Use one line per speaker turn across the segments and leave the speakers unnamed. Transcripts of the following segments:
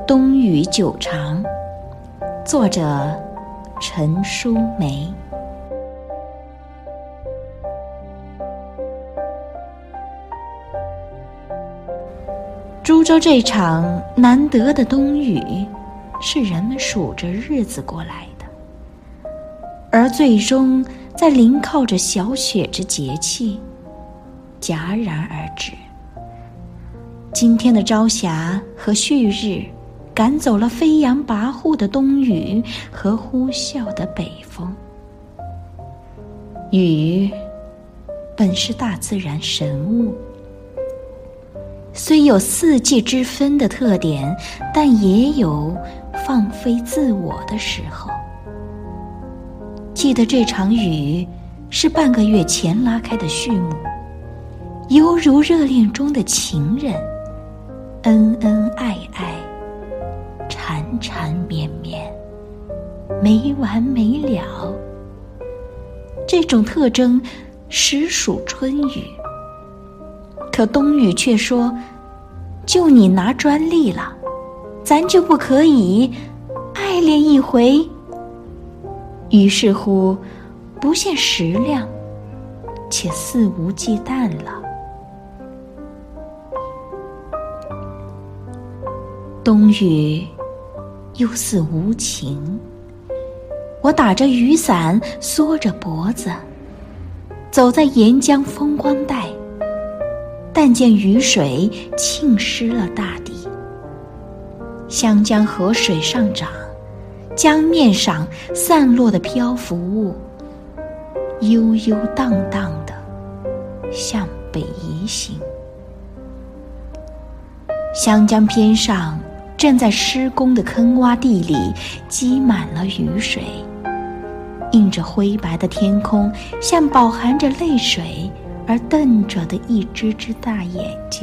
冬雨久长，作者陈淑梅。株洲这场难得的冬雨，是人们数着日子过来的，而最终在临靠着小雪之节气戛然而止。今天的朝霞和旭日赶走了飞扬跋扈的冬雨和呼啸的北风。雨本是大自然神物，虽有四季之分的特点，但也有放飞自我的时候。记得这场雨是半个月前拉开的序幕，犹如热恋中的情人，恩恩爱爱，缠缠绵绵，没完没了。这种特征实属春雨，可冬雨却说，就你拿专利了，咱就不可以爱恋一回？于是乎不限时量，且肆无忌惮了。冬雨又似无情，我打着雨伞，缩着脖子，走在沿江风光带，但见雨水浸湿了大地。湘江河水上涨，江面上散落的漂浮物，悠悠荡荡地向北移行。湘江边上正在施工的坑洼地里积满了雨水，映着灰白的天空，像饱含着泪水而瞪着的一只只大眼睛。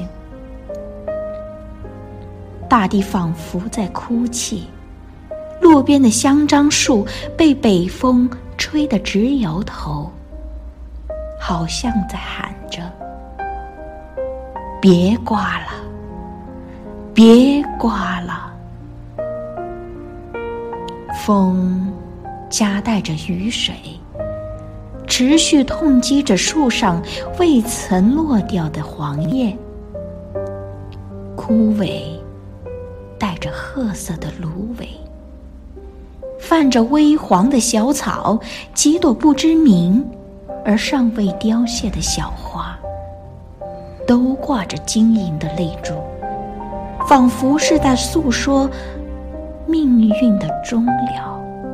大地仿佛在哭泣，路边的香樟树被北风吹得直摇头，好像在喊着：别刮了，别刮了。风夹带着雨水，持续痛击着树上未曾落掉的黄叶，枯萎带着褐色的芦苇，泛着微黄的小草，几朵不知名而尚未凋谢的小花，都挂着晶莹的泪珠，仿佛是在诉说命运的终了。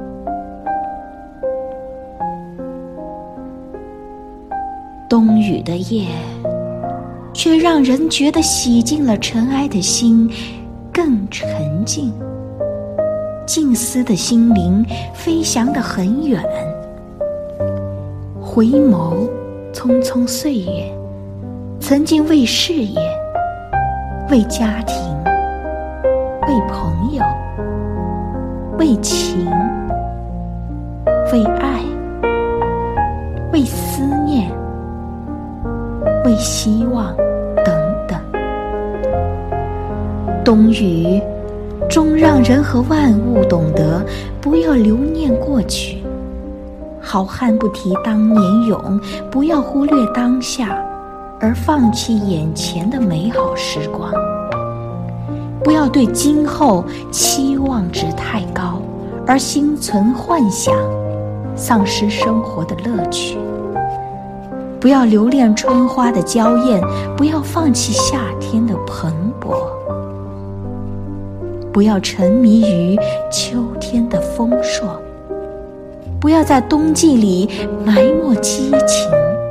冬雨的夜，却让人觉得洗尽了尘埃的心更沉静，静思的心灵飞翔得很远。回眸匆匆岁月，曾经为事业，为家庭，为朋友，为情，为爱，为思念，为希望等等。冬雨终让人和万物懂得不要留念过去，好汉不提当年勇，不要忽略当下而放弃眼前的美好时光，不要对今后期望值太高而心存幻想，丧失生活的乐趣，不要留恋春花的娇艳，不要放弃夏天的蓬勃，不要沉迷于秋天的丰硕，不要在冬季里埋没激情，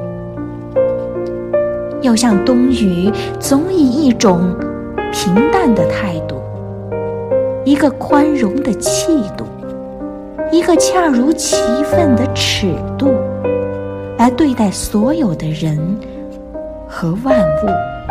要向冬雨总以一种平淡的态度，一个宽容的气度，一个恰如其分的尺度来对待所有的人和万物。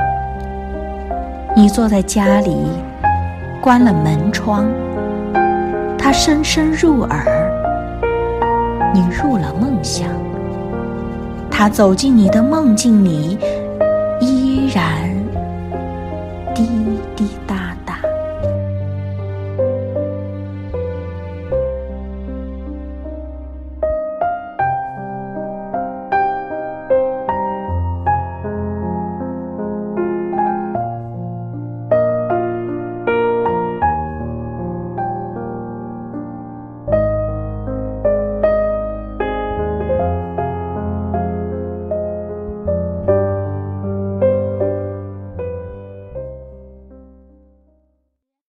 你坐在家里，关了门窗，它深深入耳，你入了梦乡，它走进你的梦境里，依然